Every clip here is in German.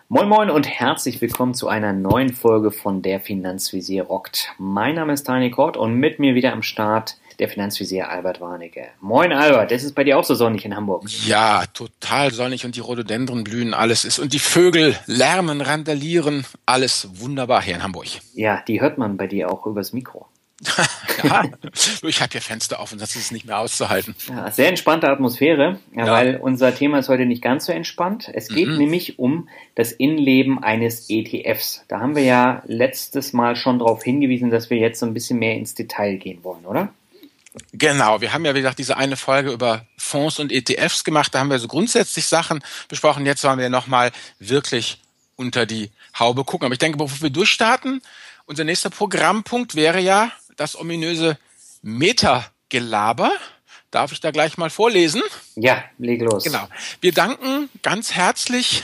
Moin Moin und herzlich willkommen zu einer neuen Folge von Der Finanzvisier rockt. Mein Name ist Daniel Kort und mit mir wieder am Start der Finanzvisier Albert Warnecke. Moin Albert, ist es bei dir auch so sonnig in Hamburg? Ja, total sonnig und die Rhododendren blühen, alles ist und die Vögel lärmen, randalieren, alles wunderbar hier in Hamburg. Ja, die hört man bei dir auch übers Mikro. Ja, ich habe hier Fenster auf und das ist nicht mehr auszuhalten. Ja, sehr entspannte Atmosphäre, weil unser Thema ist heute nicht ganz so entspannt. Es geht nämlich um das Innenleben eines ETFs. Da haben wir ja letztes Mal schon darauf hingewiesen, dass wir jetzt so ein bisschen mehr ins Detail gehen wollen, oder? Genau, wir haben ja, wie gesagt, diese eine Folge über Fonds und ETFs gemacht. Da haben wir so grundsätzlich Sachen besprochen. Jetzt wollen wir nochmal wirklich unter die Haube gucken. Aber ich denke, bevor wir durchstarten, unser nächster Programmpunkt wäre ja das ominöse Meta-Gelaber. Darf ich da gleich mal vorlesen? Ja, leg los. Genau. Wir danken ganz herzlich.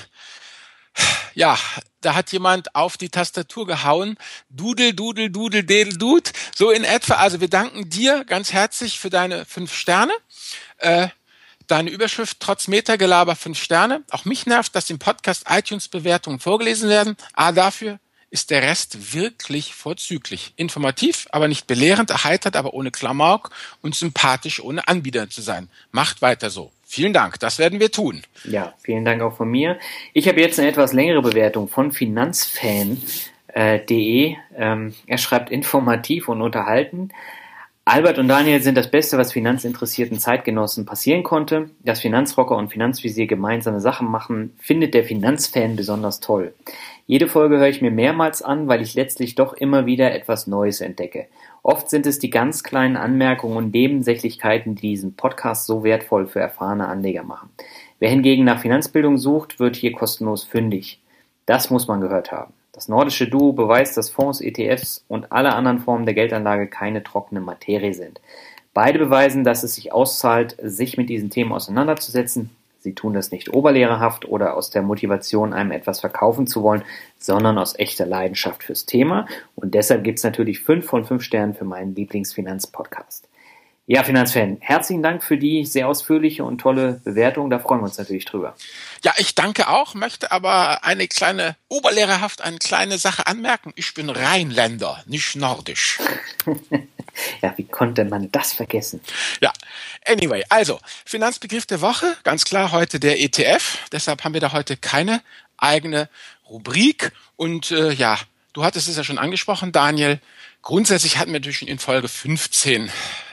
Ja, da hat jemand auf die Tastatur gehauen. Dudel, dudel, dudel, dedel, dud. So in etwa. Also wir danken dir ganz herzlich für deine 5 Sterne. Deine Überschrift, trotz Meta-Gelaber 5 Sterne. Auch mich nervt, dass im Podcast iTunes-Bewertungen vorgelesen werden. Dafür ist der Rest wirklich vorzüglich. Informativ, aber nicht belehrend, erheitert, aber ohne Klamauk und sympathisch, ohne Anbieter zu sein. Macht weiter so. Vielen Dank, das werden wir tun. Ja, vielen Dank auch von mir. Ich habe jetzt eine etwas längere Bewertung von Finanzfan.de. Er schreibt informativ und unterhalten. Albert und Daniel sind das Beste, was finanzinteressierten Zeitgenossen passieren konnte. Dass Finanzrocker und Finanzvisier gemeinsame Sachen machen, findet der Finanzfan besonders toll. Jede Folge höre ich mir mehrmals an, weil ich letztlich doch immer wieder etwas Neues entdecke. Oft sind es die ganz kleinen Anmerkungen und Nebensächlichkeiten, die diesen Podcast so wertvoll für erfahrene Anleger machen. Wer hingegen nach Finanzbildung sucht, wird hier kostenlos fündig. Das muss man gehört haben. Das nordische Duo beweist, dass Fonds, ETFs und alle anderen Formen der Geldanlage keine trockene Materie sind. Beide beweisen, dass es sich auszahlt, sich mit diesen Themen auseinanderzusetzen. Sie tun das nicht oberlehrerhaft oder aus der Motivation, einem etwas verkaufen zu wollen, sondern aus echter Leidenschaft fürs Thema. Und deshalb gibt es natürlich 5 von 5 Sternen für meinen Lieblingsfinanzpodcast. Ja, Finanzfan, herzlichen Dank für die sehr ausführliche und tolle Bewertung. Da freuen wir uns natürlich drüber. Ja, ich danke auch, möchte aber eine kleine Sache anmerken. Ich bin Rheinländer, nicht nordisch. Ja, wie konnte man das vergessen? Ja, anyway, also Finanzbegriff der Woche, ganz klar heute der ETF. Deshalb haben wir da heute keine eigene Rubrik. Und ja, du hattest es ja schon angesprochen, Daniel. Grundsätzlich hatten wir natürlich in Folge 15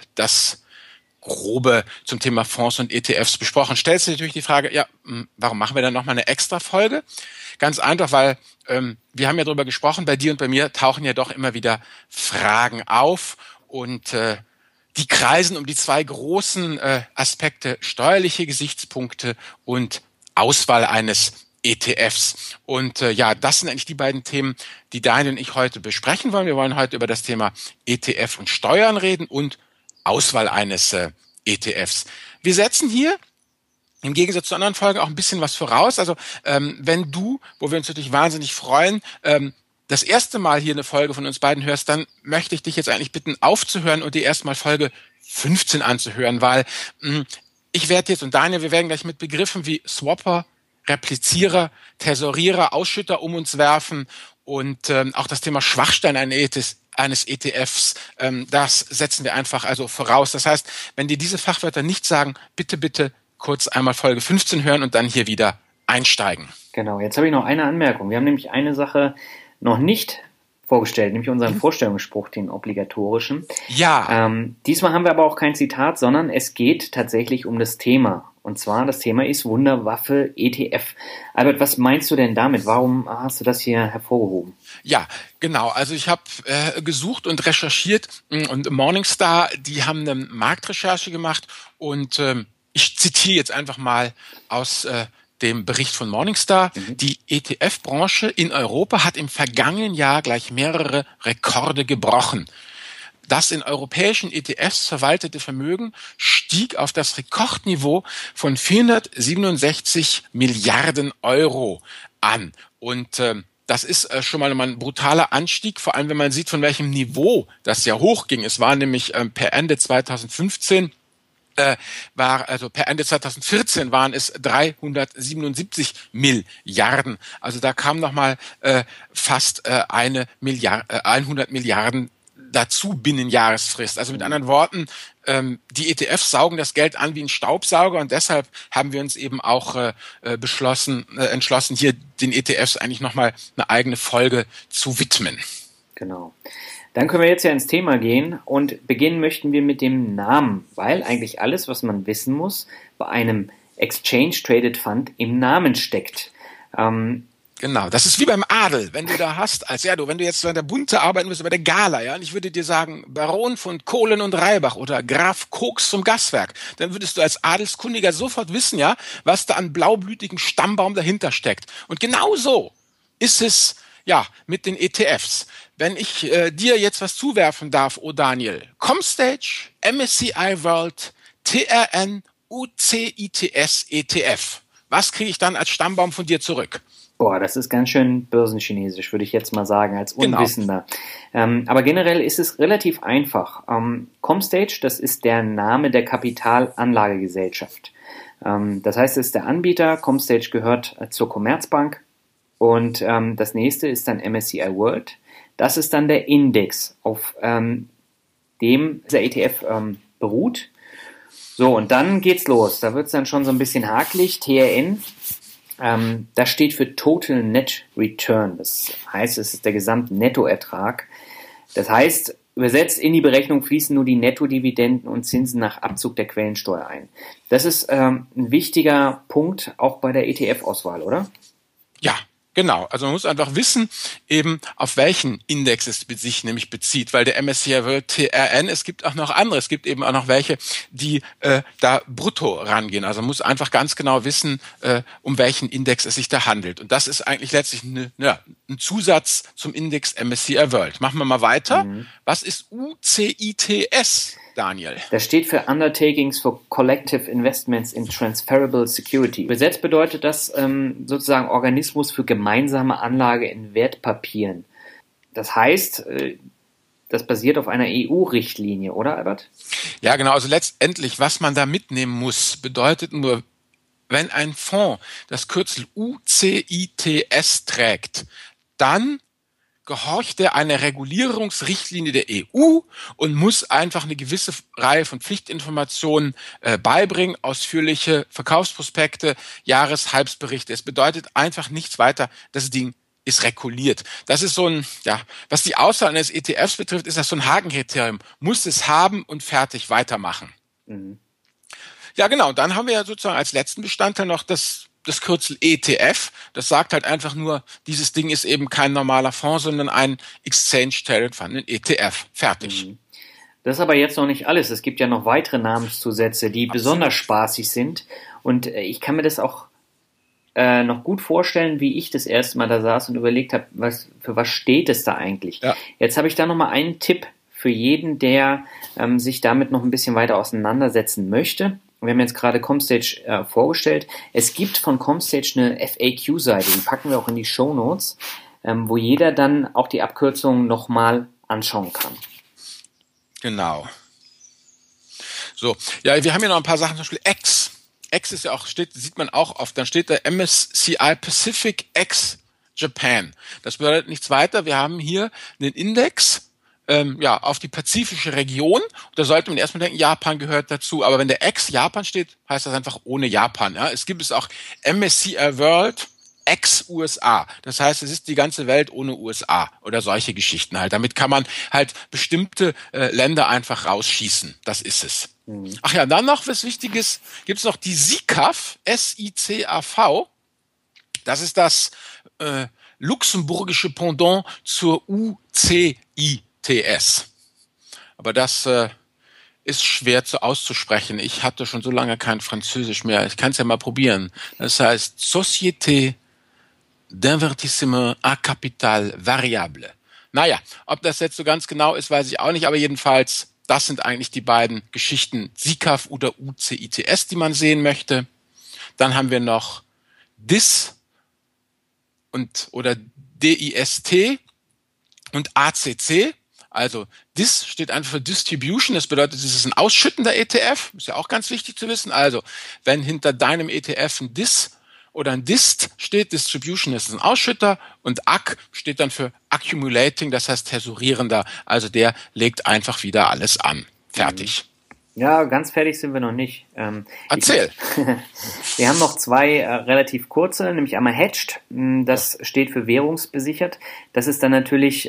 das Grobe zum Thema Fonds und ETFs besprochen. Stellst du natürlich die Frage, ja, warum machen wir dann nochmal eine extra Folge? Ganz einfach, weil wir haben ja darüber gesprochen, bei dir und bei mir tauchen ja doch immer wieder Fragen auf und die kreisen um die 2 großen Aspekte, steuerliche Gesichtspunkte und Auswahl eines ETFs. Und ja, das sind eigentlich die beiden Themen, die Daniel und ich heute besprechen wollen. Wir wollen heute über das Thema ETF und Steuern reden und Auswahl eines ETFs. Wir setzen hier im Gegensatz zu anderen Folgen auch ein bisschen was voraus. Also wenn du, wo wir uns natürlich wahnsinnig freuen, das erste Mal hier eine Folge von uns beiden hörst, dann möchte ich dich jetzt eigentlich bitten, aufzuhören und dir erstmal Folge 15 anzuhören, weil ich werde jetzt und Daniel, wir werden gleich mit Begriffen wie Swapper, Replizierer, Tesorierer, Ausschütter um uns werfen und auch das Thema Schwachstellen eines ETFs, das setzen wir einfach also voraus. Das heißt, wenn dir diese Fachwörter nicht sagen, bitte kurz einmal Folge 15 hören und dann hier wieder einsteigen. Genau, jetzt habe ich noch eine Anmerkung. Wir haben nämlich eine Sache noch nicht vorgestellt, nämlich unseren Vorstellungsspruch, den obligatorischen. Ja. Diesmal haben wir aber auch kein Zitat, sondern es geht tatsächlich um das Thema. Und zwar, das Thema ist Wunderwaffe ETF. Albert, was meinst du denn damit? Warum hast du das hier hervorgehoben? Ja, genau. Also ich habe gesucht und recherchiert und Morningstar, die haben eine Marktrecherche gemacht und ich zitiere jetzt einfach mal aus dem Bericht von Morningstar. Die ETF-Branche in Europa hat im vergangenen Jahr gleich mehrere Rekorde gebrochen. Das in europäischen ETFs verwaltete Vermögen stieg auf das Rekordniveau von 467 Milliarden Euro an. Und das ist schon mal ein brutaler Anstieg, vor allem wenn man sieht, von welchem Niveau das ja hochging. Es war nämlich per Ende 2015 also per Ende 2014 waren es 377 Milliarden. Also da kam nochmal fast 100 Milliarden dazu binnen Jahresfrist. Also mit anderen Worten, die ETFs saugen das Geld an wie ein Staubsauger und deshalb haben wir uns eben auch entschlossen, hier den ETFs eigentlich nochmal eine eigene Folge zu widmen. Genau. Dann können wir jetzt ja ins Thema gehen und beginnen möchten wir mit dem Namen, weil eigentlich alles, was man wissen muss, bei einem Exchange Traded Fund im Namen steckt. Genau, das ist wie beim Adel, wenn du da hast, wenn du jetzt bei der Bunte arbeiten müsstest, bei der Gala, ja, und ich würde dir sagen, Baron von Kohlen und Reibach oder Graf Koks zum Gaswerk, dann würdest du als Adelskundiger sofort wissen, ja, was da an blaublütigem Stammbaum dahinter steckt. Und genau so ist es, ja, mit den ETFs. Wenn ich dir jetzt was zuwerfen darf, Daniel, Comstage, MSCI World, TRN, UCITS, ETF. Was kriege ich dann als Stammbaum von dir zurück? Boah, das ist ganz schön börsenchinesisch, würde ich jetzt mal sagen, als Unwissender. Genau. Aber generell ist es relativ einfach. Comstage, das ist der Name der Kapitalanlagegesellschaft. Das heißt, es ist der Anbieter. Comstage gehört zur Commerzbank. Und das nächste ist dann MSCI World. Das ist dann der Index, auf dem dieser ETF beruht. So, und dann geht's los. Da wird es dann schon so ein bisschen hakelig. TRN, das steht für Total Net Return. Das heißt, es ist der Gesamtnettoertrag. Das heißt, übersetzt in die Berechnung fließen nur die Nettodividenden und Zinsen nach Abzug der Quellensteuer ein. Das ist ein wichtiger Punkt auch bei der ETF-Auswahl, oder? Ja. Genau, also man muss einfach wissen, eben auf welchen Index es sich nämlich bezieht, weil der MSCI World TRN, es gibt auch noch andere, es gibt eben auch noch welche, die da brutto rangehen. Also man muss einfach ganz genau wissen, um welchen Index es sich da handelt. Und das ist eigentlich letztlich ein Zusatz zum Index MSCI World. Machen wir mal weiter. Was ist UCITS? Daniel. Das steht für Undertakings for Collective Investments in Transferable Security. Übersetzt bedeutet das sozusagen Organismus für gemeinsame Anlage in Wertpapieren. Das heißt, das basiert auf einer EU-Richtlinie, oder Albert? Ja, genau. Also letztendlich, was man da mitnehmen muss, bedeutet nur, wenn ein Fonds das Kürzel UCITS trägt, dann gehorcht er einer Regulierungsrichtlinie der EU und muss einfach eine gewisse Reihe von Pflichtinformationen beibringen, ausführliche Verkaufsprospekte, Jahreshalbsberichte. Es bedeutet einfach nichts weiter, das Ding ist reguliert. Das ist so ein, was die Auswahl eines ETFs betrifft, ist das so ein Hakenkriterium. Muss es haben und fertig weitermachen. Mhm. Ja, genau. Und dann haben wir ja sozusagen als letzten Bestandteil noch das Kürzel ETF, das sagt halt einfach nur, dieses Ding ist eben kein normaler Fonds, sondern ein Exchange Traded Fund, ein ETF. Fertig. Das ist aber jetzt noch nicht alles. Es gibt ja noch weitere Namenszusätze, die besonders spaßig sind. Und ich kann mir das auch noch gut vorstellen, wie ich das erste Mal da saß und überlegt habe, für was steht es da eigentlich? Ja. Jetzt habe ich da nochmal einen Tipp für jeden, der sich damit noch ein bisschen weiter auseinandersetzen möchte. Wir haben jetzt gerade Comstage vorgestellt. Es gibt von Comstage eine FAQ-Seite, die packen wir auch in die Shownotes, wo jeder dann auch die Abkürzungen nochmal anschauen kann. Genau. So, ja, wir haben hier noch ein paar Sachen, zum Beispiel X. X ist ja auch, sieht man auch oft, dann steht da MSCI Pacific X Japan. Das bedeutet nichts weiter, wir haben hier einen Index, auf die pazifische Region. Da sollte man erstmal denken, Japan gehört dazu. Aber wenn der X Japan steht, heißt das einfach ohne Japan. Ja? Es gibt auch MSCI World X USA. Das heißt, es ist die ganze Welt ohne USA oder solche Geschichten halt. Damit kann man halt bestimmte Länder einfach rausschießen. Das ist es. Mhm. Ach ja, dann noch was Wichtiges. Gibt es noch die SICAV, SICAV. Das ist das luxemburgische Pendant zur UCI. TS. Aber das ist schwer auszusprechen. Ich hatte schon so lange kein Französisch mehr. Ich kann es ja mal probieren. Das heißt Société d'Investissement à Capital Variable. Naja, ob das jetzt so ganz genau ist, weiß ich auch nicht. Aber jedenfalls, das sind eigentlich die beiden Geschichten, SICAV oder UCITS, die man sehen möchte. Dann haben wir noch DIS oder DIST und ACC. Also DIS steht einfach für Distribution, das bedeutet, es ist ein ausschüttender ETF, ist ja auch ganz wichtig zu wissen. Also wenn hinter deinem ETF ein DIS oder ein DIST steht, Distribution ist ein Ausschütter, und ACC steht dann für Accumulating, das heißt tesorierender, also der legt einfach wieder alles an. Fertig. Ja, ganz fertig sind wir noch nicht. Erzähl. Wir haben noch zwei relativ kurze, nämlich einmal Hedged, das steht für währungsbesichert. Das ist dann natürlich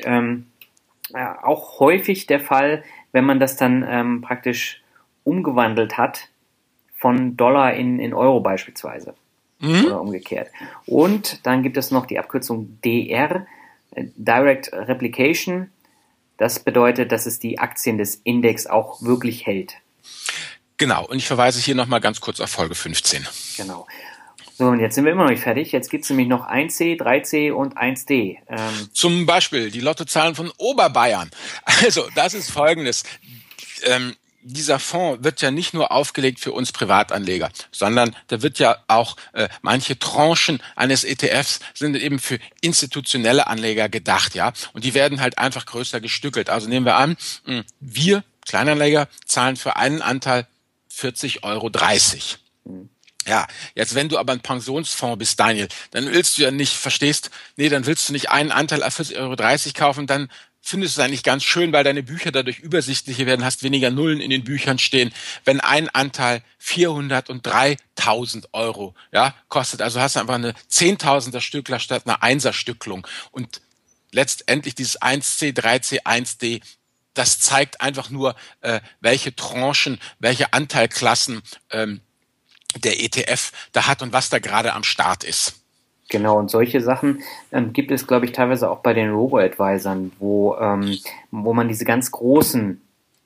auch häufig der Fall, wenn man das dann praktisch umgewandelt hat von Dollar in Euro beispielsweise oder umgekehrt. Und dann gibt es noch die Abkürzung DR, Direct Replication. Das bedeutet, dass es die Aktien des Index auch wirklich hält. Genau, und ich verweise hier nochmal ganz kurz auf Folge 15. Genau. So, und jetzt sind wir immer noch nicht fertig. Jetzt gibt es nämlich noch 1C, 3C und 1D. Zum Beispiel die Lottozahlen von Oberbayern. Also, das ist Folgendes. Dieser Fonds wird ja nicht nur aufgelegt für uns Privatanleger, sondern da wird ja auch manche Tranchen eines ETFs sind eben für institutionelle Anleger gedacht, ja. Und die werden halt einfach größer gestückelt. Also nehmen wir an, wir Kleinanleger zahlen für einen Anteil 40,30 €. Ja, jetzt wenn du aber ein Pensionsfonds bist, Daniel, dann willst du ja nicht, dann willst du nicht einen Anteil auf 40,30 € kaufen, dann findest du es eigentlich ganz schön, weil deine Bücher dadurch übersichtlicher werden, hast weniger Nullen in den Büchern stehen, wenn ein Anteil 403.000 € kostet. Also hast du einfach eine 10.000er Stückler statt einer 1er Stücklung. Und letztendlich dieses 1C, 3C, 1D, das zeigt einfach nur, welche Tranchen, welche Anteilklassen der ETF da hat und was da gerade am Start ist. Genau, und solche Sachen gibt es, glaube ich, teilweise auch bei den Robo-Advisern, wo man diese ganz großen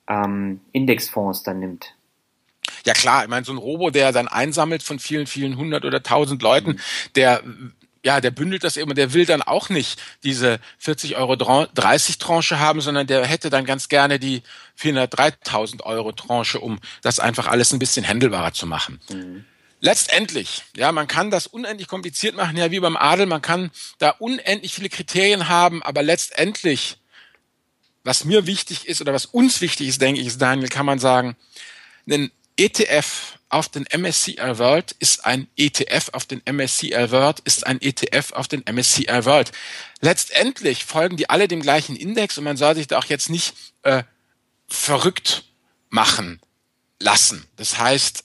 Indexfonds dann nimmt. Ja klar, ich meine, so ein Robo, der dann einsammelt von vielen, vielen 100 oder 1000 Leuten, der bündelt das eben, und der will dann auch nicht diese 40,30 € Tranche haben, sondern der hätte dann ganz gerne die 403.000 € Tranche, um das einfach alles ein bisschen handelbarer zu machen. Letztendlich, man kann das unendlich kompliziert machen, ja, wie beim Adel, man kann da unendlich viele Kriterien haben, aber letztendlich, was mir wichtig ist oder was uns wichtig ist, denke ich, ist, Daniel, kann man sagen, ein ETF auf den MSCI World ist ein ETF auf den MSCI World ist ein ETF auf den MSCI World. Letztendlich folgen die alle dem gleichen Index, und man soll sich da auch jetzt nicht verrückt machen lassen. Das heißt,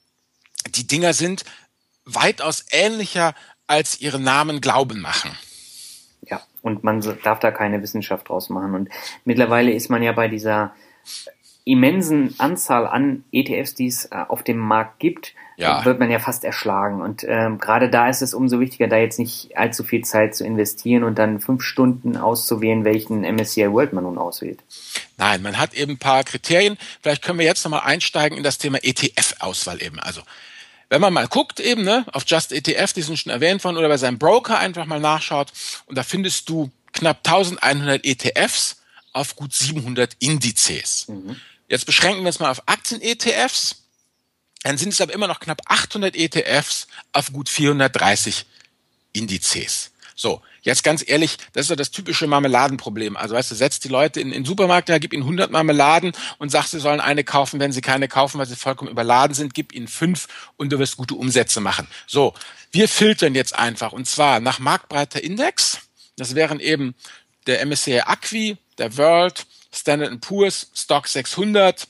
die Dinger sind weitaus ähnlicher, als ihre Namen glauben machen. Ja, und man darf da keine Wissenschaft draus machen. Und mittlerweile ist man ja bei dieser immensen Anzahl an ETFs, die es auf dem Markt gibt, wird man ja fast erschlagen. Und gerade da ist es umso wichtiger, da jetzt nicht allzu viel Zeit zu investieren und dann 5 Stunden auszuwählen, welchen MSCI World man nun auswählt. Nein, man hat eben ein paar Kriterien. Vielleicht können wir jetzt nochmal einsteigen in das Thema ETF-Auswahl eben. Also wenn man mal guckt eben, auf Just ETF, die sind schon erwähnt worden, oder bei seinem Broker einfach mal nachschaut, und da findest du knapp 1100 ETFs auf gut 700 Indizes. Jetzt beschränken wir es mal auf Aktien-ETFs, dann sind es aber immer noch knapp 800 ETFs auf gut 430 Indizes. So, jetzt ganz ehrlich, das ist ja das typische Marmeladenproblem. Also weißt du, setzt die Leute in den Supermarkt, gib ihnen 100 Marmeladen und sagst, sie sollen eine kaufen. Wenn sie keine kaufen, weil sie vollkommen überladen sind, gib ihnen 5 und du wirst gute Umsätze machen. So, wir filtern jetzt einfach, und zwar nach Marktbreite Index. Das wären eben der MSCI Acqui, der World, Standard & Poor's, Stock 600,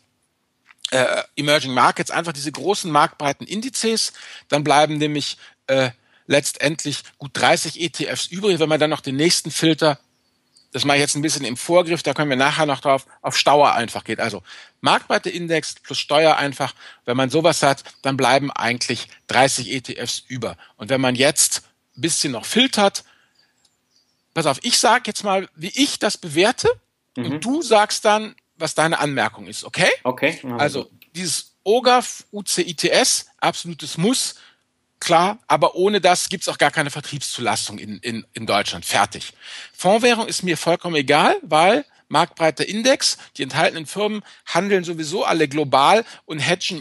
Emerging Markets, einfach diese großen marktbreiten Indizes. Dann bleiben nämlich letztendlich gut 30 ETFs übrig. Wenn man dann noch den nächsten Filter, das mache ich jetzt ein bisschen im Vorgriff, da können wir nachher noch drauf, auf Steuer einfach geht. Also Marktbreite Index plus Steuer einfach. Wenn man sowas hat, dann bleiben eigentlich 30 ETFs über. Und wenn man jetzt ein bisschen noch filtert, pass auf, ich sage jetzt mal, wie ich das bewerte, und du sagst dann, was deine Anmerkung ist, okay? Okay. Also dieses OGAF, UCITS, absolutes Muss, klar, aber ohne das gibt's auch gar keine Vertriebszulassung in Deutschland. Fertig. Fondswährung ist mir vollkommen egal, weil marktbreiter Index, die enthaltenen Firmen handeln sowieso alle global und hedgen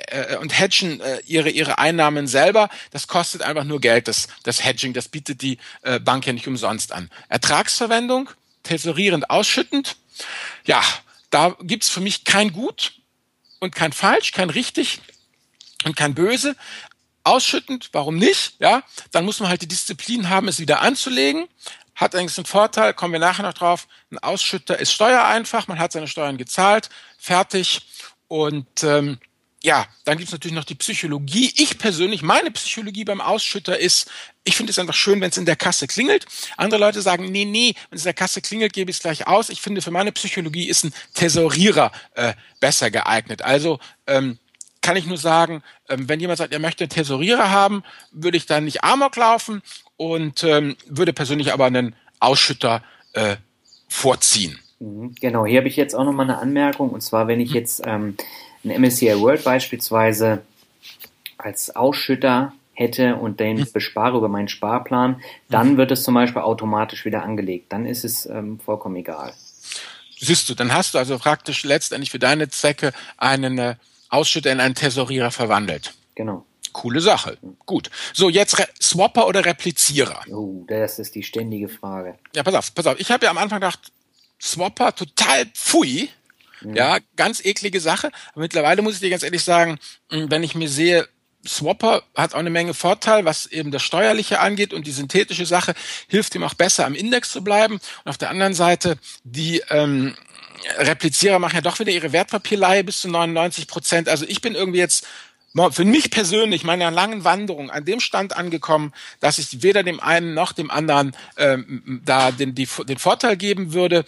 ihre Einnahmen selber. Das kostet einfach nur Geld, das Hedging, das bietet die Bank ja nicht umsonst an. Ertragsverwendung, tesorierend, ausschüttend. Ja, da gibt's für mich kein Gut und kein Falsch, kein Richtig und kein Böse. Ausschüttend, warum nicht? Ja, dann muss man halt die Disziplin haben, es wieder anzulegen. Hat allerdings einen Vorteil, kommen wir nachher noch drauf. Ein Ausschütter ist steuereinfach, man hat seine Steuern gezahlt, fertig. Und dann gibt's natürlich noch die Psychologie. Ich persönlich, meine Psychologie beim Ausschütter ist, ich finde es einfach schön, wenn es in der Kasse klingelt. Andere Leute sagen, nee, wenn es in der Kasse klingelt, gebe ich es gleich aus. Ich finde, für meine Psychologie ist ein Tesorierer besser geeignet. Also kann ich nur sagen, wenn jemand sagt, er möchte einen Tesorierer haben, würde ich dann nicht Amok laufen und würde persönlich aber einen Ausschütter vorziehen. Genau, hier habe ich jetzt auch nochmal eine Anmerkung, und zwar, wenn ich jetzt ein MSCI World beispielsweise als Ausschütter hätte und den bespare über meinen Sparplan, dann wird es zum Beispiel automatisch wieder angelegt. Dann ist es vollkommen egal. Siehst du, dann hast du also praktisch letztendlich für deine Zwecke einen Ausschütter in einen Tesorierer verwandelt. Genau. Coole Sache. Gut. So, jetzt Swapper oder Replizierer? Oh, das ist die ständige Frage. Ja, pass auf. Ich habe ja am Anfang gedacht, Swapper total pfui. Ja, ganz eklige Sache. Aber mittlerweile muss ich dir ganz ehrlich sagen, wenn ich mir sehe, Swapper hat auch eine Menge Vorteil, was eben das Steuerliche angeht, und die synthetische Sache hilft ihm auch besser am Index zu bleiben. Und auf der anderen Seite, die Replizierer machen ja doch wieder ihre Wertpapierleihe bis zu 99%. Also ich bin irgendwie jetzt für mich persönlich, meiner langen Wanderung, an dem Stand angekommen, dass ich weder dem einen noch dem anderen da den Vorteil geben würde.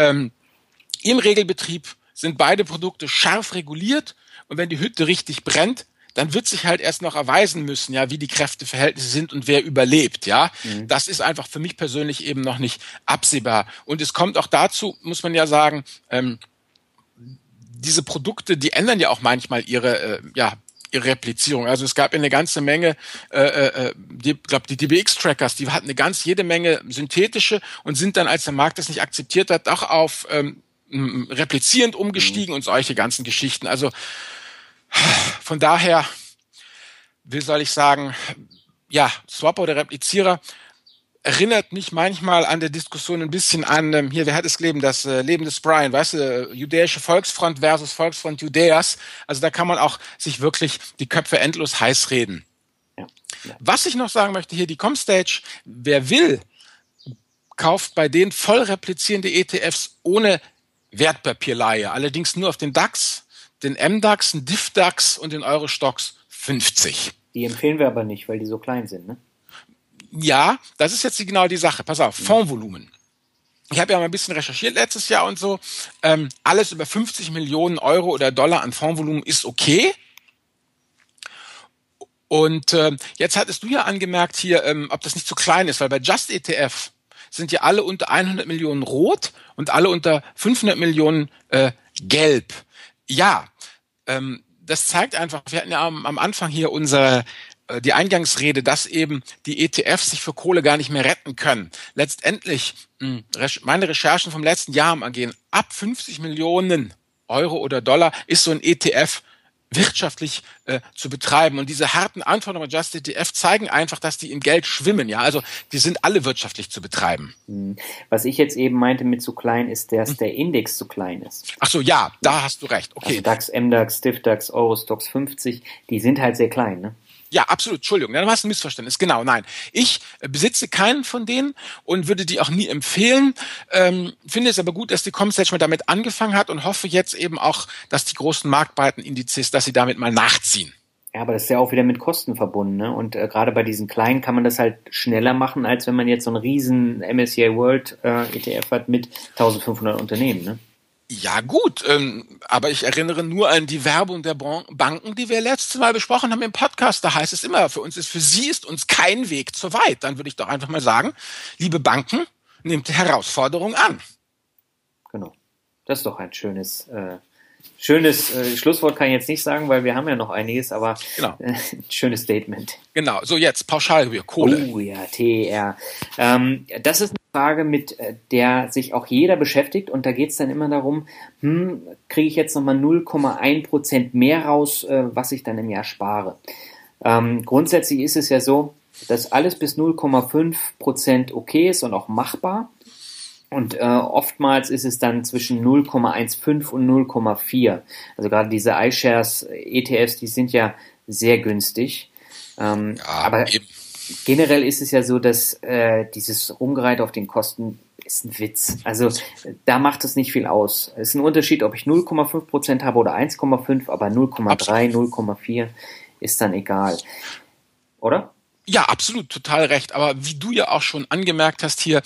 Im Regelbetrieb sind beide Produkte scharf reguliert, und wenn die Hütte richtig brennt, dann wird sich halt erst noch erweisen müssen, ja, wie die Kräfteverhältnisse sind und wer überlebt, ja. Das ist einfach für mich persönlich eben noch nicht absehbar. Und es kommt auch dazu, muss man ja sagen, diese Produkte, die ändern ja auch manchmal ihre Replizierung. Also es gab ja eine ganze Menge, ich glaube, die DBX-Trackers, die hatten jede Menge synthetische und sind dann, als der Markt das nicht akzeptiert hat, auch auf replizierend umgestiegen und solche ganzen Geschichten. Also von daher, wie soll ich sagen, ja, Swapper oder Replizierer erinnert mich manchmal an der Diskussion ein bisschen an, wer hat es gelesen, das Leben des Brian, weißt du, Judäische Volksfront versus Volksfront Judäas. Also da kann man auch sich wirklich die Köpfe endlos heiß reden. Ja. Was ich noch sagen möchte hier, die Comstage, wer will, kauft bei denen voll replizierende ETFs ohne Wertpapierleihe, allerdings nur auf den DAX, den MDAX, den DIFDAX und den Eurostoxx 50. Die empfehlen wir aber nicht, weil die so klein sind, ne? Ja, das ist jetzt genau die Sache. Pass auf, Fondsvolumen. Ich habe ja mal ein bisschen recherchiert letztes Jahr und so. Alles über 50 Millionen Euro oder Dollar an Fondsvolumen ist okay. Und jetzt hattest du ja angemerkt hier, ob das nicht zu klein ist, weil bei Just ETF sind ja alle unter 100 Millionen rot und alle unter 500 Millionen gelb. Ja, das zeigt einfach, wir hatten ja am Anfang hier die Eingangsrede, dass eben die ETFs sich für Kohle gar nicht mehr retten können. Letztendlich, meine Recherchen vom letzten Jahr ergehen, ab 50 Millionen Euro oder Dollar ist so ein ETF wirtschaftlich zu betreiben. Und diese harten Anforderungen bei Just ETF zeigen einfach, dass die im Geld schwimmen. Ja, also die sind alle wirtschaftlich zu betreiben. Was ich jetzt eben meinte mit zu klein, ist, dass der Index zu klein ist. Ach so, ja, da hast du recht. Okay. Also DAX, MDAX, DIFDAX, Eurostoxx 50, die sind halt sehr klein, ne? Ja, absolut. Entschuldigung, dann war es ein Missverständnis. Genau, nein. Ich besitze keinen von denen und würde die auch nie empfehlen. Finde es aber gut, dass die Comstage mal damit angefangen hat und hoffe jetzt eben auch, dass die großen marktbreiten Indizes, dass sie damit mal nachziehen. Ja, aber das ist ja auch wieder mit Kosten verbunden, ne? Und gerade bei diesen kleinen kann man das halt schneller machen, als wenn man jetzt so einen riesen MSCI World ETF hat mit 1500 Unternehmen, ne? Ja gut, aber ich erinnere nur an die Werbung der Banken, die wir letztes Mal besprochen haben im Podcast. Da heißt es immer, für sie ist uns kein Weg zu weit. Dann würde ich doch einfach mal sagen, liebe Banken, nehmt die Herausforderung an. Genau. Das ist doch ein schönes Schlusswort kann ich jetzt nicht sagen, weil wir haben ja noch einiges, aber genau. Schönes Statement. Genau, so jetzt Pauschalgebühr, Kohle. Oh ja, TER. Das ist eine Frage, mit der sich auch jeder beschäftigt, und da geht es dann immer darum, kriege ich jetzt nochmal 0,1% mehr raus, was ich dann im Jahr spare. Grundsätzlich ist es ja so, dass alles bis 0,5% okay ist und auch machbar. Und oftmals ist es dann zwischen 0,15 und 0,4. Also gerade diese iShares ETFs, die sind ja sehr günstig. Aber eben. generell ist es ja so, dass dieses Rumgereite auf den Kosten ist ein Witz. Also da macht es nicht viel aus. Es ist ein Unterschied, ob ich 0,5% habe oder 1,5, aber 0,3, 0,4 ist dann egal. Oder? Ja, absolut, total recht. Aber wie du ja auch schon angemerkt hast hier,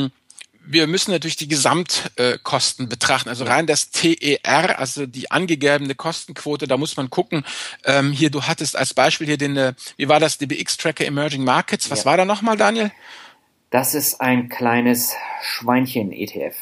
wir müssen natürlich die Gesamtkosten betrachten. Also rein das TER, also die angegebene Kostenquote, da muss man gucken. Hier, du hattest als Beispiel hier wie war das, DBX-Tracker Emerging Markets. Was war da nochmal, Daniel? Das ist ein kleines Schweinchen-ETF.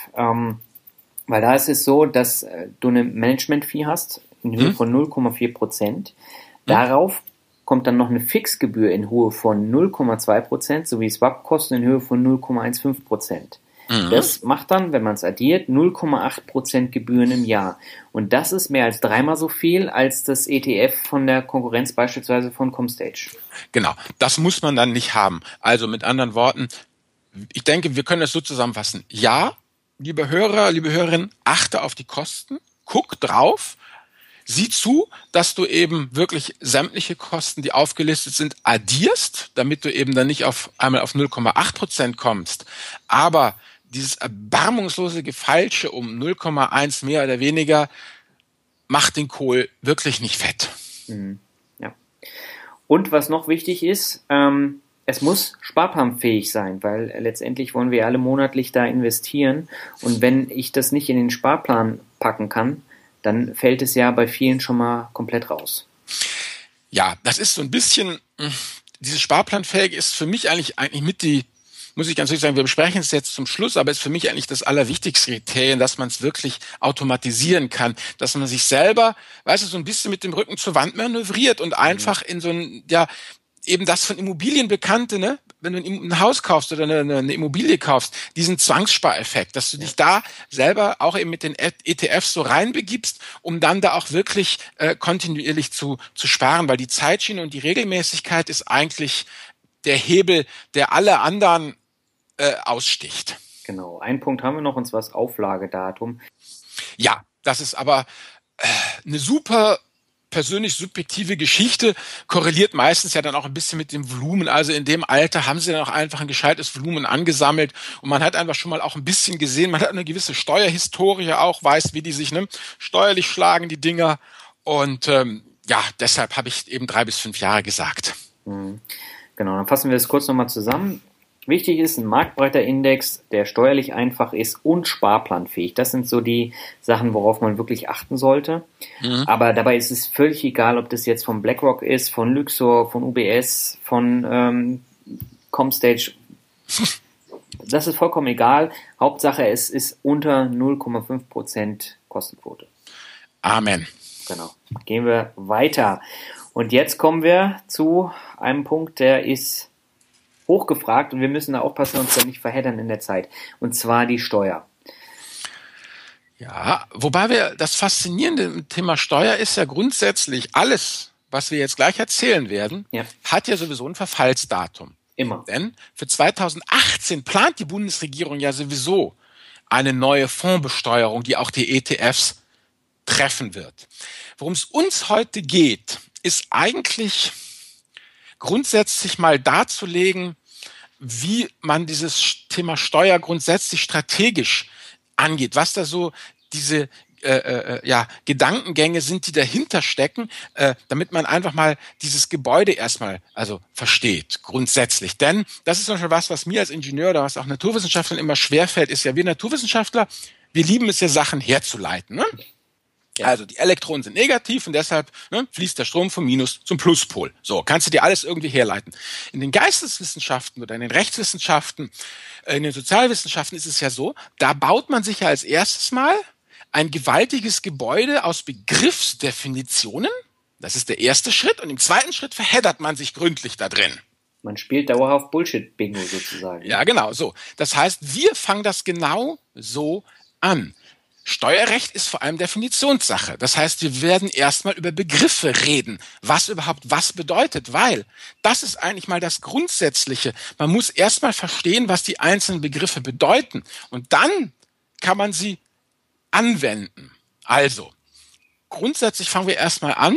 Weil da ist es so, dass du eine Management-Fee hast in Höhe von 0,4%. Darauf kommt dann noch eine Fixgebühr in Höhe von 0,2% sowie Swap-Kosten in Höhe von 0,15%. Das macht dann, wenn man es addiert, 0,8% Gebühren im Jahr. Und das ist mehr als dreimal so viel als das ETF von der Konkurrenz, beispielsweise von Comstage. Genau, das muss man dann nicht haben. Also mit anderen Worten, ich denke, wir können das so zusammenfassen. Ja, liebe Hörer, liebe Hörerinnen, achte auf die Kosten, guck drauf, sieh zu, dass du eben wirklich sämtliche Kosten, die aufgelistet sind, addierst, damit du eben dann nicht einmal auf 0,8% kommst. Aber dieses erbarmungslose Gefeilsche um 0,1 mehr oder weniger macht den Kohl wirklich nicht fett. Ja. Und was noch wichtig ist, es muss sparplanfähig sein, weil letztendlich wollen wir alle monatlich da investieren. Und wenn ich das nicht in den Sparplan packen kann, dann fällt es ja bei vielen schon mal komplett raus. Ja, das ist so ein bisschen, dieses Sparplanfähig ist für mich eigentlich muss ich ganz ehrlich sagen, wir besprechen es jetzt zum Schluss, aber ist für mich eigentlich das allerwichtigste Kriterium, dass man es wirklich automatisieren kann, dass man sich selber, weißt du, so ein bisschen mit dem Rücken zur Wand manövriert und einfach in so ein, ja, eben das von Immobilien bekannte, ne? Wenn du ein Haus kaufst oder eine Immobilie kaufst, diesen Zwangsspareffekt, dass du dich da selber auch eben mit den ETFs so reinbegibst, um dann da auch wirklich kontinuierlich zu sparen, weil die Zeitschiene und die Regelmäßigkeit ist eigentlich der Hebel, der alle anderen aussticht. Genau, einen Punkt haben wir noch, und zwar das Auflagedatum. Ja, das ist aber eine super persönlich subjektive Geschichte, korreliert meistens ja dann auch ein bisschen mit dem Volumen. Also in dem Alter haben sie dann auch einfach ein gescheites Volumen angesammelt und man hat einfach schon mal auch ein bisschen gesehen, man hat eine gewisse Steuerhistorie auch, weiß, wie die sich steuerlich schlagen, die Dinger. Und ja, deshalb habe ich eben 3 bis 5 Jahre gesagt. Genau, dann fassen wir das kurz nochmal zusammen. Wichtig ist ein marktbreiter Index, der steuerlich einfach ist und sparplanfähig. Das sind so die Sachen, worauf man wirklich achten sollte. Aber dabei ist es völlig egal, ob das jetzt von BlackRock ist, von Luxor, von UBS, von Comstage. Das ist vollkommen egal. Hauptsache, es ist unter 0,5% Kostenquote. Amen. Genau. Gehen wir weiter. Und jetzt kommen wir zu einem Punkt, der ist hochgefragt und wir müssen da aufpassen, uns da nicht verheddern in der Zeit. Und zwar die Steuer. Ja, wobei das Faszinierende im Thema Steuer ist ja grundsätzlich alles, was wir jetzt gleich erzählen werden, hat ja sowieso ein Verfallsdatum. Immer. Denn für 2018 plant die Bundesregierung ja sowieso eine neue Fondsbesteuerung, die auch die ETFs treffen wird. Worum es uns heute geht, ist eigentlich grundsätzlich mal darzulegen, wie man dieses Thema Steuer grundsätzlich strategisch angeht, was da so diese Gedankengänge sind, die dahinter stecken, damit man einfach mal dieses Gebäude erstmal versteht, grundsätzlich. Denn das ist zum Beispiel was mir als Ingenieur oder was auch Naturwissenschaftlern immer schwerfällt, ist ja, wir Naturwissenschaftler, wir lieben es ja, Sachen herzuleiten, ne? Ja. Also die Elektronen sind negativ und deshalb fließt der Strom vom Minus zum Pluspol. So, kannst du dir alles irgendwie herleiten. In den Geisteswissenschaften oder in den Rechtswissenschaften, in den Sozialwissenschaften ist es ja so, da baut man sich ja als erstes mal ein gewaltiges Gebäude aus Begriffsdefinitionen. Das ist der erste Schritt. Und im zweiten Schritt verheddert man sich gründlich da drin. Man spielt dauerhaft Bullshit-Bingo sozusagen. Ja, genau, so. Das heißt, wir fangen das genau so an. Steuerrecht ist vor allem Definitionssache. Das heißt, wir werden erstmal über Begriffe reden, was überhaupt was bedeutet, weil das ist eigentlich mal das Grundsätzliche. Man muss erstmal verstehen, was die einzelnen Begriffe bedeuten und dann kann man sie anwenden. Also, grundsätzlich fangen wir erstmal an.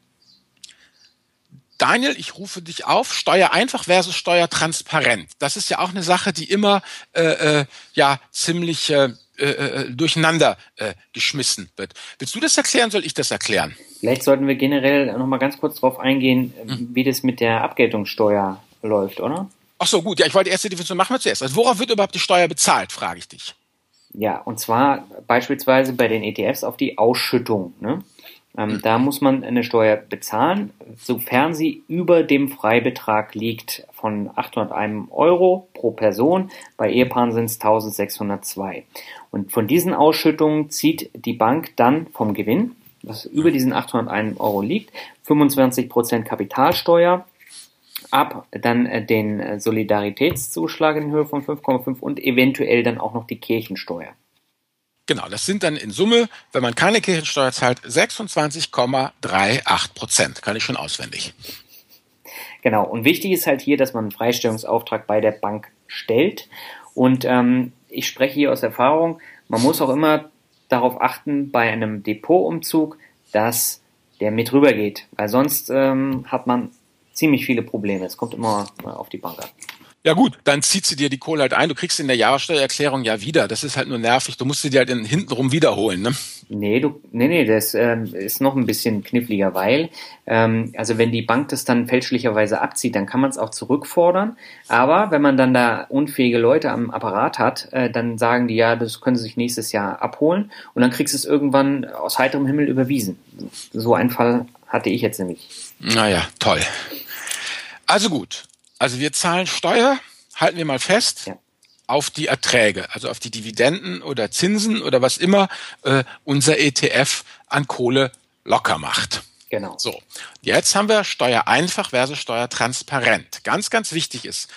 Daniel, ich rufe dich auf, steuereinfach versus steuertransparent. Das ist ja auch eine Sache, die immer ziemlich durcheinander geschmissen wird. Willst du das erklären, soll ich das erklären? Vielleicht sollten wir generell noch mal ganz kurz darauf eingehen, wie das mit der Abgeltungssteuer läuft, oder? Ach so, gut. Ja, ich wollte erst die Definition machen wir zuerst. Also worauf wird überhaupt die Steuer bezahlt, frage ich dich. Ja, und zwar beispielsweise bei den ETFs auf die Ausschüttung, ne? Da muss man eine Steuer bezahlen, sofern sie über dem Freibetrag liegt von 801 Euro pro Person. Bei Ehepaaren sind es 1602. Und von diesen Ausschüttungen zieht die Bank dann vom Gewinn, was über diesen 801 Euro liegt, 25% Kapitalsteuer ab, dann den Solidaritätszuschlag in Höhe von 5,5 und eventuell dann auch noch die Kirchensteuer. Genau, das sind dann in Summe, wenn man keine Kirchensteuer zahlt, 26,38%. Kann ich schon auswendig. Genau, und wichtig ist halt hier, dass man einen Freistellungsauftrag bei der Bank stellt. Und ich spreche hier aus Erfahrung, man muss auch immer darauf achten, bei einem Depotumzug, dass der mit rübergeht. Weil sonst hat man ziemlich viele Probleme. Es kommt immer auf die Bank an. Ja gut, dann zieht sie dir die Kohle halt ein. Du kriegst in der Jahressteuererklärung ja wieder. Das ist halt nur nervig. Du musst sie dir halt hintenrum wiederholen, ne? Nee, das ist noch ein bisschen kniffliger, weil also wenn die Bank das dann fälschlicherweise abzieht, dann kann man es auch zurückfordern. Aber wenn man dann da unfähige Leute am Apparat hat, dann sagen die, ja, das können sie sich nächstes Jahr abholen und dann kriegst du es irgendwann aus heiterem Himmel überwiesen. So einen Fall hatte ich jetzt nämlich. Naja, toll. Also gut. Also wir zahlen Steuer, halten wir mal fest, auf die Erträge, also auf die Dividenden oder Zinsen oder was immer unser ETF an Kohle locker macht. Genau. So, jetzt haben wir steuereinfach versus steuertransparent. Ganz, ganz wichtig ist,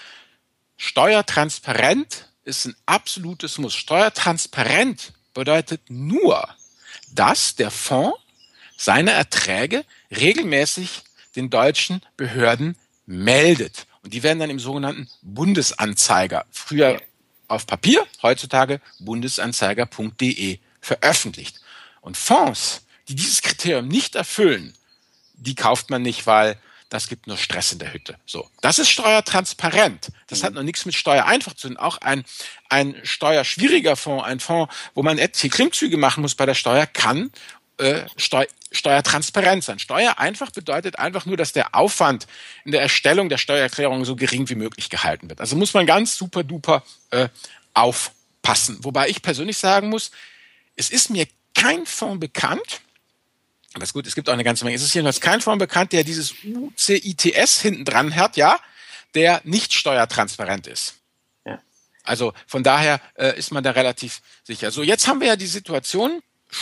steuertransparent ist ein absolutes Muss. Steuertransparent bedeutet nur, dass der Fonds seine Erträge regelmäßig den deutschen Behörden meldet. Und die werden dann im sogenannten Bundesanzeiger, früher auf Papier, heutzutage bundesanzeiger.de veröffentlicht. Und Fonds, die dieses Kriterium nicht erfüllen, die kauft man nicht, weil das gibt nur Stress in der Hütte. So, das ist steuertransparent. Das hat noch nichts mit steuereinfach zu tun. Auch ein steuerschwieriger Fonds, ein Fonds, wo man etliche Klimmzüge machen muss bei der Steuer, kann steuertransparent sein. Steuereinfach bedeutet einfach nur, dass der Aufwand in der Erstellung der Steuererklärung so gering wie möglich gehalten wird. Also muss man ganz super duper aufpassen. Wobei ich persönlich sagen muss, es ist mir kein Fonds bekannt, aber ist gut, es gibt auch eine ganze Menge, es ist jedenfalls kein Fonds bekannt, der dieses UCITS hinten dran hat, ja, der nicht steuertransparent ist. Ja. Also von daher ist man da relativ sicher. So, jetzt haben wir ja die Situation,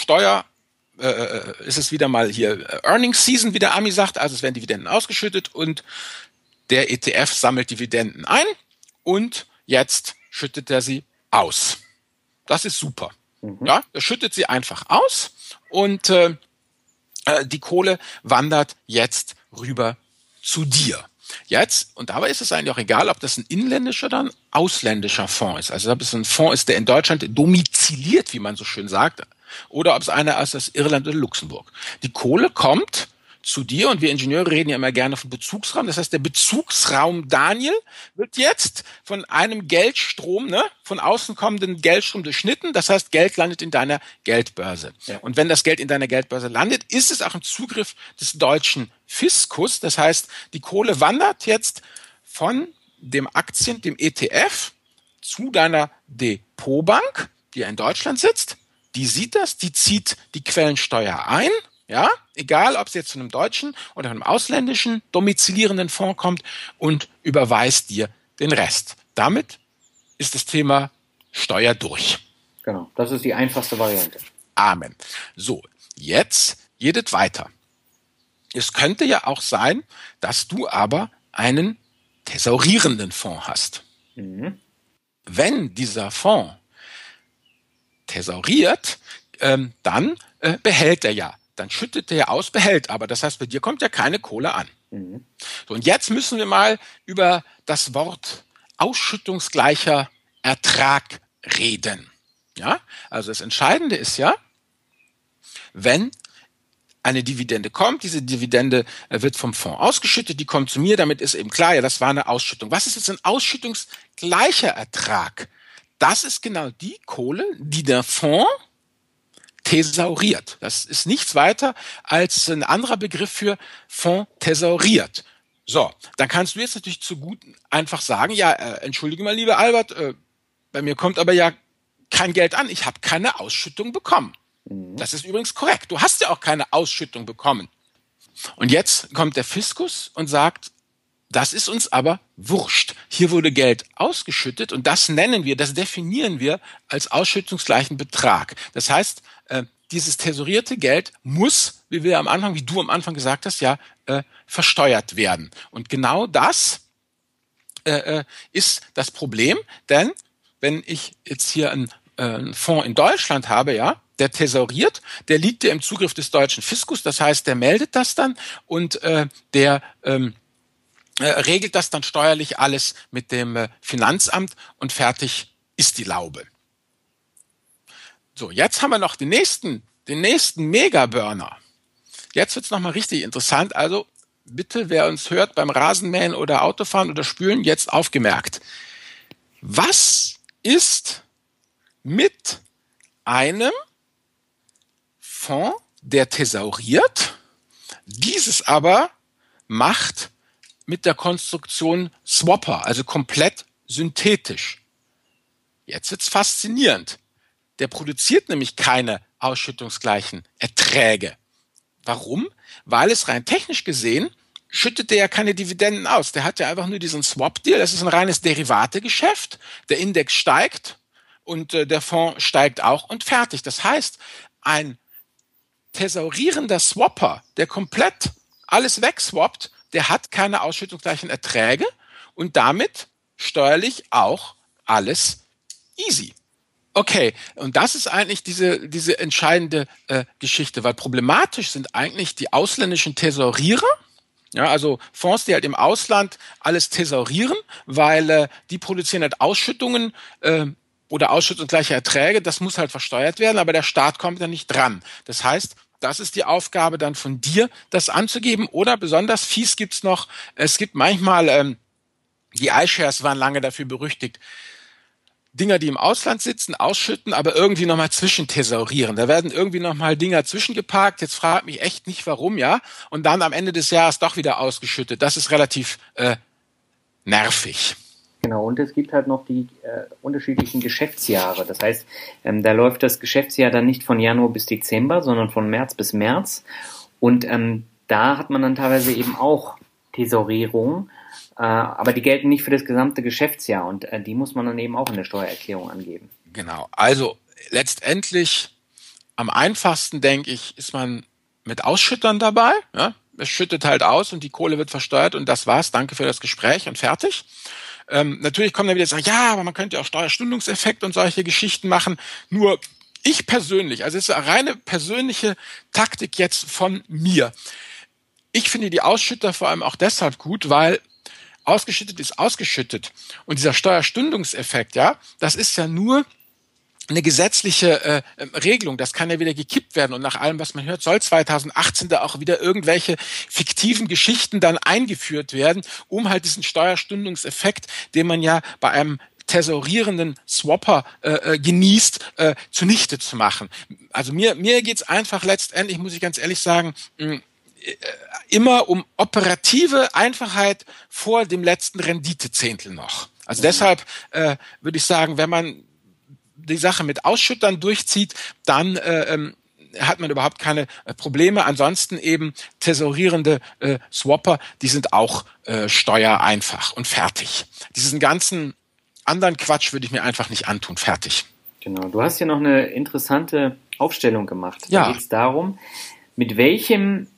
ist es wieder mal hier Earnings Season, wie der Ami sagt, also es werden Dividenden ausgeschüttet und der ETF sammelt Dividenden ein und jetzt schüttet er sie aus. Das ist super. Ja, er schüttet sie einfach aus und die Kohle wandert jetzt rüber zu dir. Jetzt, und dabei ist es eigentlich auch egal, ob das ein inländischer oder ein ausländischer Fonds ist. Also ob es ein Fonds ist, der in Deutschland domiziliert, wie man so schön sagt, oder ob es einer ist aus Irland oder Luxemburg. Die Kohle kommt zu dir und wir Ingenieure reden ja immer gerne von Bezugsraum. Das heißt, der Bezugsraum Daniel wird jetzt von einem Geldstrom, von außen kommenden Geldstrom durchschnitten. Das heißt, Geld landet in deiner Geldbörse. Ja. Und wenn das Geld in deiner Geldbörse landet, ist es auch im Zugriff des deutschen Fiskus. Das heißt, die Kohle wandert jetzt von dem dem ETF zu deiner Depotbank, die ja in Deutschland sitzt. Die sieht das, die zieht die Quellensteuer ein, ja, egal ob es jetzt von einem deutschen oder einem ausländischen domizilierenden Fonds kommt und überweist dir den Rest. Damit ist das Thema Steuer durch. Genau, das ist die einfachste Variante. Amen. So, jetzt geht es weiter. Es könnte ja auch sein, dass du aber einen thesaurierenden Fonds hast. Wenn dieser Fonds thesauriert, dann behält er ja. Dann schüttet er aus, behält aber. Das heißt, bei dir kommt ja keine Kohle an. Mhm. So, und jetzt müssen wir mal über das Wort ausschüttungsgleicher Ertrag reden. Ja? Also das Entscheidende ist ja, wenn eine Dividende kommt, diese Dividende wird vom Fonds ausgeschüttet, die kommt zu mir, damit ist eben klar, ja, das war eine Ausschüttung. Was ist jetzt ein ausschüttungsgleicher Ertrag? Das ist genau die Kohle, die der Fonds thesauriert. Das ist nichts weiter als ein anderer Begriff für Fonds thesauriert. So, dann kannst du jetzt natürlich zu gut einfach sagen, ja, entschuldige mal, lieber Albert, bei mir kommt aber ja kein Geld an, ich habe keine Ausschüttung bekommen. Das ist übrigens korrekt. Du hast ja auch keine Ausschüttung bekommen. Und jetzt kommt der Fiskus und sagt, das ist uns aber wurscht. Hier wurde Geld ausgeschüttet und das nennen wir, das definieren wir als ausschüttungsgleichen Betrag. Das heißt, dieses tesorierte Geld muss, wie du am Anfang gesagt hast, ja, versteuert werden. Und genau das ist das Problem, denn wenn ich jetzt hier einen Fonds in Deutschland habe, ja, der thesauriert, der liegt ja im Zugriff des deutschen Fiskus, das heißt, der meldet das dann und der regelt das dann steuerlich alles mit dem Finanzamt und fertig ist die Laube. So, jetzt haben wir noch den nächsten Megaburner. Jetzt wird's nochmal richtig interessant. Also bitte, wer uns hört beim Rasenmähen oder Autofahren oder Spülen, jetzt aufgemerkt. Was ist mit einem Fonds, der thesauriert, dieses aber macht mit der Konstruktion Swapper, also komplett synthetisch? Jetzt wird's faszinierend. Der produziert nämlich keine ausschüttungsgleichen Erträge. Warum? Weil es rein technisch gesehen schüttet der ja keine Dividenden aus. Der hat ja einfach nur diesen Swap-Deal. Das ist ein reines Derivategeschäft. Der Index steigt und der Fonds steigt auch und fertig. Das heißt, ein thesaurierender Swapper, der komplett alles wegswappt, der hat keine ausschüttungsgleichen Erträge und damit steuerlich auch alles easy. Okay, und das ist eigentlich diese entscheidende Geschichte, weil problematisch sind eigentlich die ausländischen Thesaurierer, ja, also Fonds, die halt im Ausland alles thesaurieren, weil die produzieren halt Ausschüttungen oder ausschüttungsgleiche Erträge, das muss halt versteuert werden, aber der Staat kommt da nicht dran. Das heißt, das ist die Aufgabe dann von dir, das anzugeben. Oder besonders fies es gibt manchmal, die iShares waren lange dafür berüchtigt, Dinger, die im Ausland sitzen, ausschütten, aber irgendwie nochmal zwischenthesaurieren. Da werden irgendwie nochmal Dinger zwischengeparkt. Jetzt fragt mich echt nicht, warum, ja. Und dann am Ende des Jahres doch wieder ausgeschüttet. Das ist relativ nervig. Genau, und es gibt halt noch die unterschiedlichen Geschäftsjahre. Das heißt, da läuft das Geschäftsjahr dann nicht von Januar bis Dezember, sondern von März bis März. Und da hat man dann teilweise eben auch Thesaurierung, aber die gelten nicht für das gesamte Geschäftsjahr und die muss man dann eben auch in der Steuererklärung angeben. Genau, also letztendlich am einfachsten, denke ich, ist man mit Ausschüttern dabei. Ja? Es schüttet halt aus und die Kohle wird versteuert und das war's. Danke für das Gespräch und fertig. Natürlich kommen dann wieder sagen, ja, aber man könnte ja auch Steuerstundungseffekt und solche Geschichten machen. Nur ich persönlich, also es ist eine reine persönliche Taktik jetzt von mir. Ich finde die Ausschütter vor allem auch deshalb gut, weil ausgeschüttet ist ausgeschüttet. Und dieser Steuerstundungseffekt, ja, das ist ja nur eine gesetzliche Regelung. Das kann ja wieder gekippt werden. Und nach allem, was man hört, soll 2018 da auch wieder irgendwelche fiktiven Geschichten dann eingeführt werden, um halt diesen Steuerstundungseffekt, den man ja bei einem thesaurierenden Swapper genießt, zunichte zu machen. Also mir geht's einfach letztendlich, muss ich ganz ehrlich sagen, immer um operative Einfachheit vor dem letzten Renditezehntel noch. Also deshalb würde ich sagen, wenn man die Sache mit Ausschüttern durchzieht, dann hat man überhaupt keine Probleme. Ansonsten eben thesaurierende Swapper, die sind auch steuereinfach und fertig. Diesen ganzen anderen Quatsch würde ich mir einfach nicht antun. Fertig. Genau. Du hast ja noch eine interessante Aufstellung gemacht. Ja. Da geht es darum, mit welchem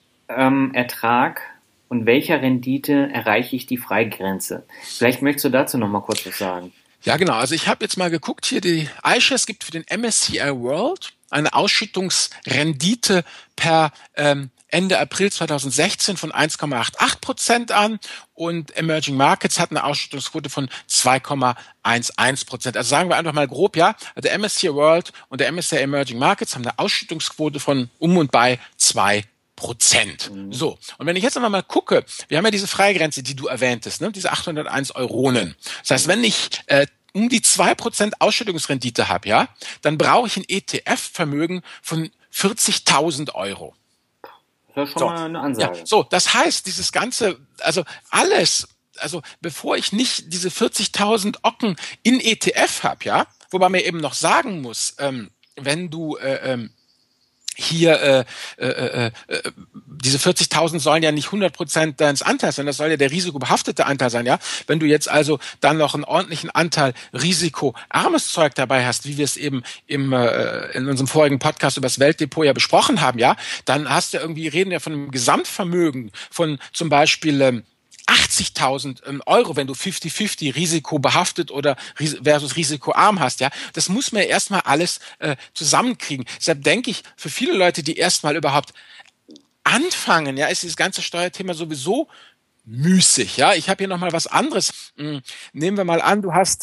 Ertrag und welcher Rendite erreiche ich die Freigrenze? Vielleicht möchtest du dazu noch mal kurz was sagen. Ja, genau. Also ich habe jetzt mal geguckt, hier die iShares gibt für den MSCI World eine Ausschüttungsrendite per Ende April 2016 von 1,88% an und Emerging Markets hat eine Ausschüttungsquote von 2,11%. Also sagen wir einfach mal grob, ja, der MSCI World und der MSCI Emerging Markets haben eine Ausschüttungsquote von und bei 2%. So, und wenn ich jetzt mal gucke, wir haben ja diese Freigrenze, die du erwähntest, ne, diese 801 Euronen. Das heißt, wenn ich um die 2% Ausschüttungsrendite habe, ja, dann brauche ich ein ETF-Vermögen von 40.000 Euro. Das ist ja schon mal eine Ansage. Ja, so, das heißt, dieses ganze, also alles, also bevor ich nicht diese 40.000 Ocken in ETF habe, ja, wobei man eben noch sagen muss, wenn du hier diese 40.000 sollen ja nicht 100% deines Anteils sein, das soll ja der risikobehaftete Anteil sein, ja. Wenn du jetzt also dann noch einen ordentlichen Anteil risikoarmes Zeug dabei hast, wie wir es eben in unserem vorigen Podcast über das Weltdepot ja besprochen haben, ja, dann hast du irgendwie, reden ja von einem Gesamtvermögen von zum Beispiel 80.000 Euro, wenn du 50-50 risikobehaftet oder versus risikoarm hast, ja. Das muss man ja erstmal alles zusammenkriegen. Deshalb denke ich, für viele Leute, die erstmal überhaupt anfangen, ja, ist dieses ganze Steuerthema sowieso müßig, ja. Ich habe hier nochmal was anderes. Nehmen wir mal an, du hast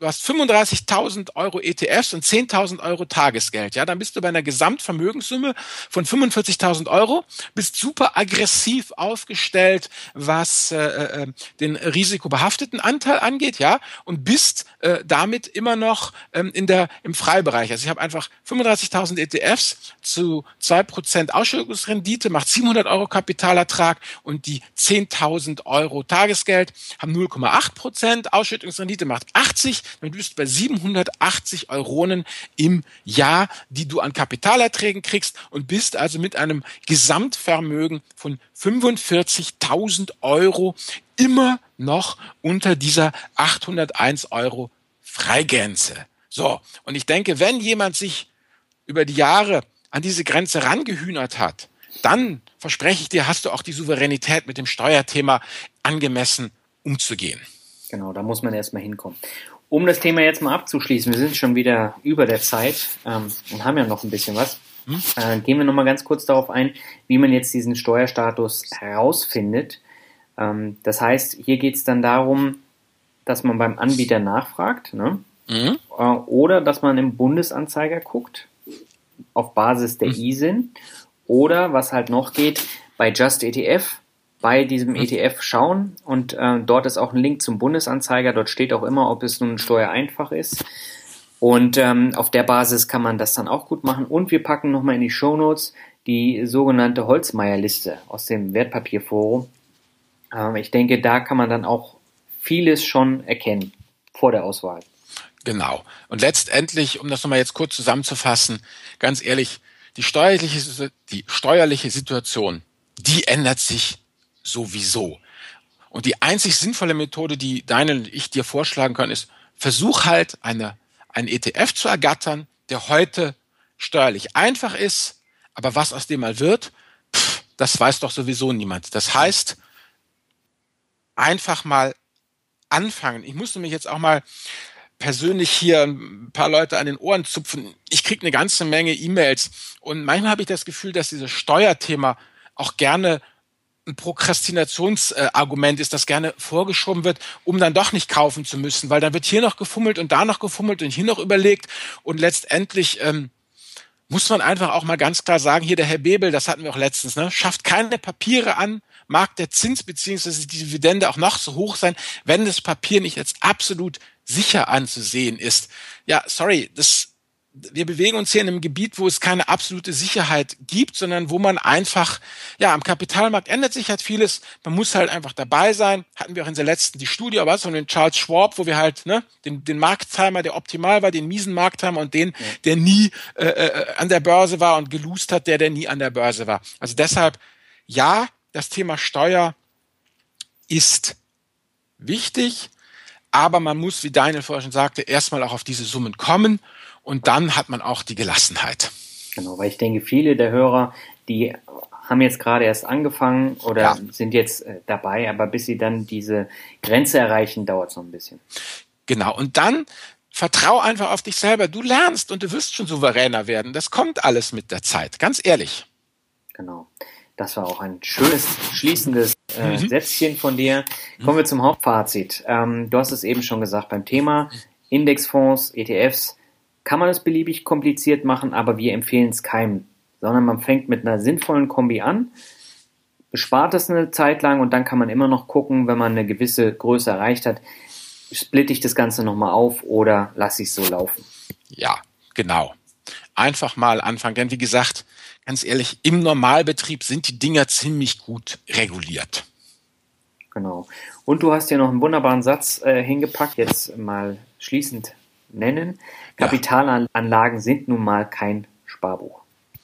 35.000 Euro ETFs und 10.000 Euro Tagesgeld, ja. Dann bist du bei einer Gesamtvermögenssumme von 45.000 Euro, bist super aggressiv aufgestellt, was den risikobehafteten Anteil angeht, ja, und bist damit immer noch im Freibereich. Also ich habe einfach 35.000 ETFs zu 2% Ausschüttungsrendite, macht 700 Euro Kapitalertrag und die 10.000 Euro Tagesgeld haben 0,8%, Ausschüttungsrendite macht 80, dann bist du bei 780 Euronen im Jahr, die du an Kapitalerträgen kriegst und bist also mit einem Gesamtvermögen von 45.000 Euro immer noch unter dieser 801 Euro Freigrenze. So, und ich denke, wenn jemand sich über die Jahre an diese Grenze rangehühnert hat, dann, verspreche ich dir, hast du auch die Souveränität mit dem Steuerthema angemessen umzugehen. Genau, da muss man erstmal hinkommen. Um das Thema jetzt mal abzuschließen, wir sind schon wieder über der Zeit und haben ja noch ein bisschen was, gehen wir nochmal ganz kurz darauf ein, wie man jetzt diesen Steuerstatus herausfindet. Das heißt, hier geht es dann darum, dass man beim Anbieter nachfragt, ne? Oder dass man im Bundesanzeiger guckt, auf Basis der ISIN. Oder, was halt noch geht, bei Just ETF, bei diesem ETF schauen und dort ist auch ein Link zum Bundesanzeiger, dort steht auch immer, ob es nun steuereinfach ist und auf der Basis kann man das dann auch gut machen und wir packen nochmal in die Shownotes die sogenannte Holzmeier-Liste aus dem Wertpapierforum. Ich denke, da kann man dann auch vieles schon erkennen vor der Auswahl. Genau. Und letztendlich, um das nochmal jetzt kurz zusammenzufassen, ganz ehrlich, die steuerliche Situation, die ändert sich sowieso. Und die einzig sinnvolle Methode, die Daniel und ich dir vorschlagen können, ist, versuch halt einen ETF zu ergattern, der heute steuerlich einfach ist, aber was aus dem mal wird, das weiß doch sowieso niemand. Das heißt, einfach mal anfangen. Ich musste mich jetzt auch mal persönlich hier ein paar Leute an den Ohren zupfen. Ich kriege eine ganze Menge E-Mails und manchmal habe ich das Gefühl, dass dieses Steuerthema auch gerne ein Prokrastinationsargument ist, das gerne vorgeschoben wird, um dann doch nicht kaufen zu müssen, weil dann wird hier noch gefummelt und da noch gefummelt und hier noch überlegt und letztendlich muss man einfach auch mal ganz klar sagen, hier der Herr Bebel, das hatten wir auch letztens, ne, schafft keine Papiere an, mag der Zins bzw. die Dividende auch noch so hoch sein, wenn das Papier nicht als absolut sicher anzusehen ist. Ja, sorry, wir bewegen uns hier in einem Gebiet, wo es keine absolute Sicherheit gibt, sondern wo man einfach, ja, am Kapitalmarkt ändert sich halt vieles. Man muss halt einfach dabei sein. Hatten wir auch in der letzten die Studie, aber von den Charles Schwab, wo wir halt, ne, den Markttimer, der optimal war, den miesen Markttimer und den, der nie an der Börse war und gelost hat, der nie an der Börse war. Also deshalb, ja, das Thema Steuer ist wichtig, aber man muss, wie Daniel vorher schon sagte, erstmal auch auf diese Summen kommen und dann hat man auch die Gelassenheit. Genau, weil ich denke, viele der Hörer, die haben jetzt gerade erst angefangen oder sind jetzt dabei, aber bis sie dann diese Grenze erreichen, dauert es noch ein bisschen. Genau, und dann vertrau einfach auf dich selber. Du lernst und du wirst schon souveräner werden. Das kommt alles mit der Zeit, ganz ehrlich. Genau. Das war auch ein schönes, schließendes Sätzchen von dir. Kommen wir zum Hauptfazit. Du hast es eben schon gesagt, beim Thema Indexfonds, ETFs, kann man es beliebig kompliziert machen, aber wir empfehlen es keinem, sondern man fängt mit einer sinnvollen Kombi an, bespart es eine Zeit lang und dann kann man immer noch gucken, wenn man eine gewisse Größe erreicht hat, splitte ich das Ganze nochmal auf oder lasse ich es so laufen. Ja, genau. Einfach mal anfangen, denn wie gesagt, ganz ehrlich, im Normalbetrieb sind die Dinger ziemlich gut reguliert. Genau. Und du hast hier noch einen wunderbaren Satz hingepackt, jetzt mal schließend nennen. Kapitalanlagen sind nun mal kein Sparbuch.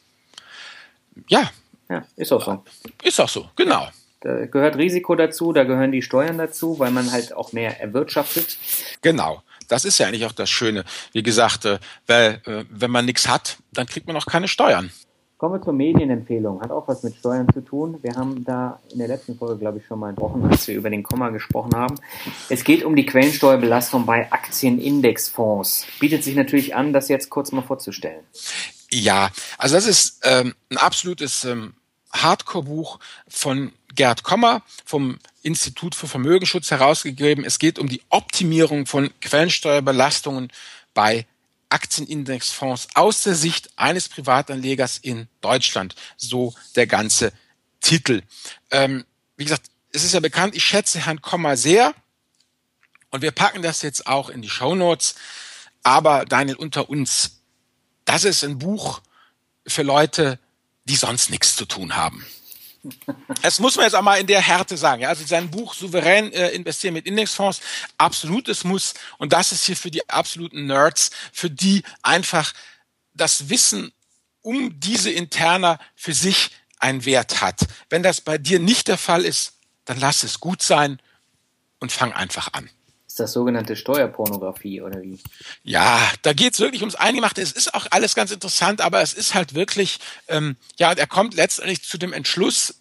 Ja. Ja, ist auch so. Ist auch so, genau. Da gehört Risiko dazu, da gehören die Steuern dazu, weil man halt auch mehr erwirtschaftet. Genau. Das ist ja eigentlich auch das Schöne. Wie gesagt, weil, wenn man nichts hat, dann kriegt man auch keine Steuern. Kommen wir zur Medienempfehlung. Hat auch was mit Steuern zu tun. Wir haben da in der letzten Folge, glaube ich, schon mal gesprochen, als wir über den Komma gesprochen haben. Es geht um die Quellensteuerbelastung bei Aktienindexfonds. Bietet sich natürlich an, das jetzt kurz mal vorzustellen. Ja, also das ist ein absolutes Hardcore-Buch von Gerd Kommer vom Institut für Vermögensschutz herausgegeben. Es geht um die Optimierung von Quellensteuerbelastungen bei Aktienindexfonds aus der Sicht eines Privatanlegers in Deutschland. So der ganze Titel. Wie gesagt, es ist ja bekannt, ich schätze Herrn Kommer sehr und wir packen das jetzt auch in die Shownotes. Aber Daniel, unter uns, das ist ein Buch für Leute, die sonst nichts zu tun haben. Das muss man jetzt auch mal in der Härte sagen. Ja, also sein Buch Souverän investieren mit Indexfonds, absolutes Muss. Und das ist hier für die absoluten Nerds, für die einfach das Wissen um diese Interna für sich einen Wert hat. Wenn das bei dir nicht der Fall ist, dann lass es gut sein und fang einfach an. Ist das sogenannte Steuerpornografie oder wie? Ja, da geht's wirklich ums Eingemachte. Es ist auch alles ganz interessant, aber es ist halt wirklich, er kommt letztendlich zu dem Entschluss,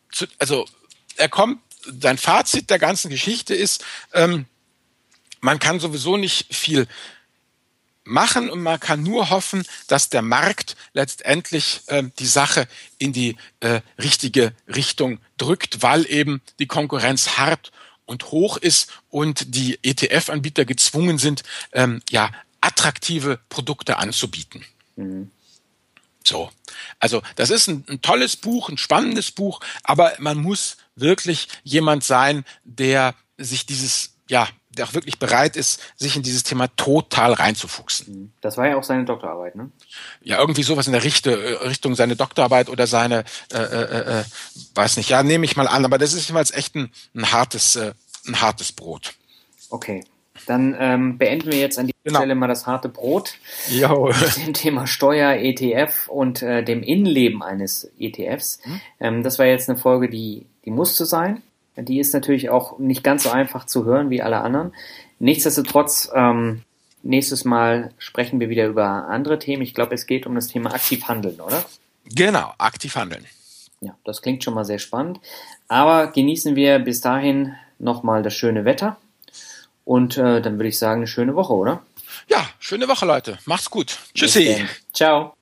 sein Fazit der ganzen Geschichte ist, man kann sowieso nicht viel machen und man kann nur hoffen, dass der Markt letztendlich die Sache in die richtige Richtung drückt, weil eben die Konkurrenz hart und hoch ist und die ETF-Anbieter gezwungen sind, attraktive Produkte anzubieten. Mhm. So, also das ist ein tolles Buch, ein spannendes Buch, aber man muss wirklich jemand sein, der sich der auch wirklich bereit ist, sich in dieses Thema total reinzufuchsen. Das war ja auch seine Doktorarbeit, ne? Ja, irgendwie sowas in der Richtung seine Doktorarbeit oder seine, weiß nicht, ja, nehme ich mal an, aber das ist jeweils echt ein hartes Brot. Okay, dann beenden wir jetzt an dieser Stelle mal das harte Brot mit dem Thema Steuer, ETF und dem Innenleben eines ETFs. Das war jetzt eine Folge, die musste sein. Die ist natürlich auch nicht ganz so einfach zu hören wie alle anderen. Nichtsdestotrotz, nächstes Mal sprechen wir wieder über andere Themen. Ich glaube, es geht um das Thema aktiv handeln, oder? Genau, aktiv handeln. Ja, das klingt schon mal sehr spannend. Aber genießen wir bis dahin nochmal das schöne Wetter. Und dann würde ich sagen, eine schöne Woche, oder? Ja, schöne Woche, Leute. Macht's gut. Tschüssi. Ciao.